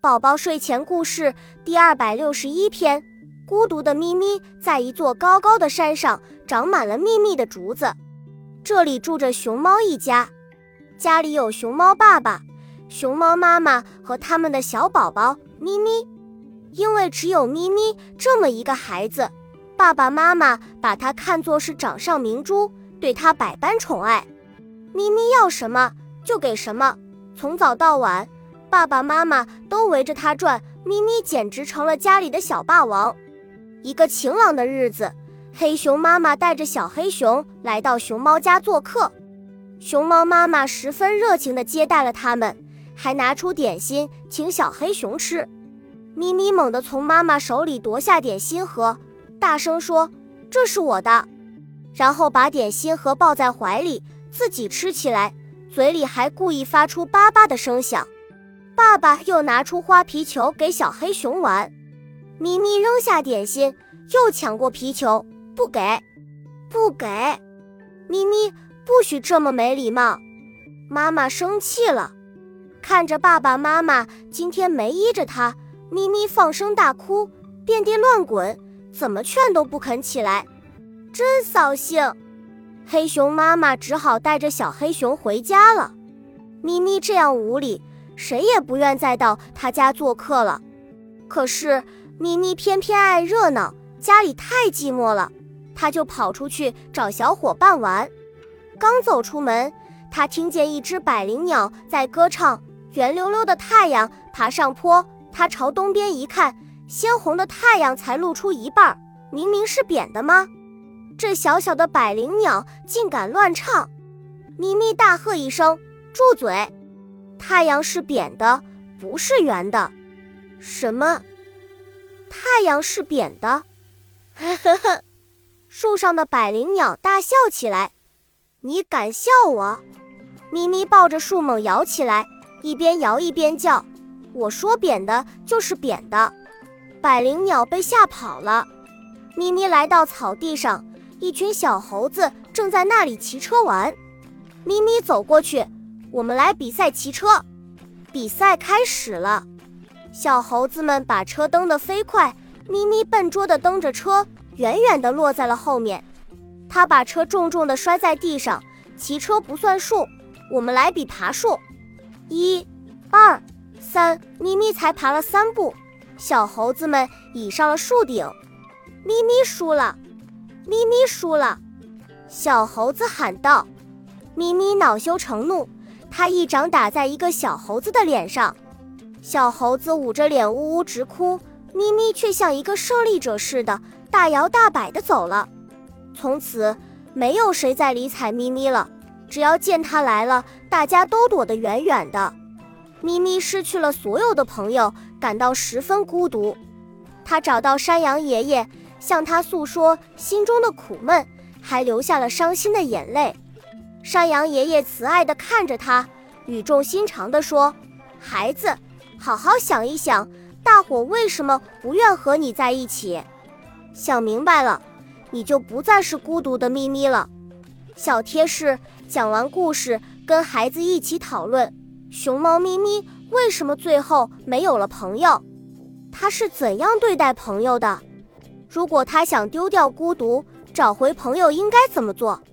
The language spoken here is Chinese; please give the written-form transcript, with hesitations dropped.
宝宝睡前故事第261篇，孤独的咪咪在一座高高的山上，长满了密密的竹子。这里住着熊猫一家，家里有熊猫爸爸、熊猫妈妈和他们的小宝宝咪咪。因为只有咪咪这么一个孩子，爸爸妈妈把他看作是掌上明珠，对他百般宠爱。咪咪要什么就给什么，从早到晚爸爸妈妈都围着他转，咪咪简直成了家里的小霸王。一个晴朗的日子，黑熊妈妈带着小黑熊来到熊猫家做客。熊猫妈妈十分热情地接待了他们，还拿出点心请小黑熊吃。咪咪猛地从妈妈手里夺下点心盒，大声说：“这是我的！”然后把点心盒抱在怀里，自己吃起来，嘴里还故意发出叭叭的声响。爸爸又拿出花皮球给小黑熊玩，咪咪扔下点心，又抢过皮球，不给，不给！咪咪不许这么没礼貌！妈妈生气了，看着爸爸妈妈今天没依着她，咪咪放声大哭，遍地乱滚，怎么劝都不肯起来，真扫兴。黑熊妈妈只好带着小黑熊回家了。咪咪这样无理，谁也不愿再到他家做客了。可是咪咪偏偏爱热闹，家里太寂寞了，他就跑出去找小伙伴玩。刚走出门，他听见一只百灵鸟在歌唱，圆溜溜的太阳爬上坡，他朝东边一看，鲜红的太阳才露出一半，明明是扁的吗？这小小的百灵鸟竟敢乱唱！咪咪大喝一声：“住嘴！太阳是扁的，不是圆的。”什么？太阳是扁的？呵呵呵！树上的百灵鸟大笑起来。你敢笑我？咪咪抱着树猛摇起来，一边摇一边叫：“我说扁的就是扁的！”百灵鸟被吓跑了。咪咪来到草地上，一群小猴子正在那里骑车玩。咪咪走过去：“我们来比赛骑车。”比赛开始了，小猴子们把车蹬得飞快，咪咪笨拙地蹬着车，远远地落在了后面。他把车重重地摔在地上。骑车不算数，我们来比爬树。1、2、3，咪咪才爬了3步，小猴子们倚上了树顶。咪咪输了，咪咪输了！小猴子喊道。咪咪恼羞成怒，他一掌打在一个小猴子的脸上，小猴子捂着脸呜呜直哭，咪咪却像一个胜利者似的大摇大摆地走了。从此没有谁再理睬咪咪了，只要见他来了，大家都躲得远远的。咪咪失去了所有的朋友，感到十分孤独。他找到山羊爷爷，向他诉说心中的苦闷，还流下了伤心的眼泪。山羊爷爷慈爱地看着他，语重心长地说：“孩子，好好想一想，大伙为什么不愿和你在一起？想明白了，你就不再是孤独的咪咪了。”小贴士：讲完故事，跟孩子一起讨论熊猫咪咪为什么最后没有了朋友，他是怎样对待朋友的？如果他想丢掉孤独，找回朋友，应该怎么做？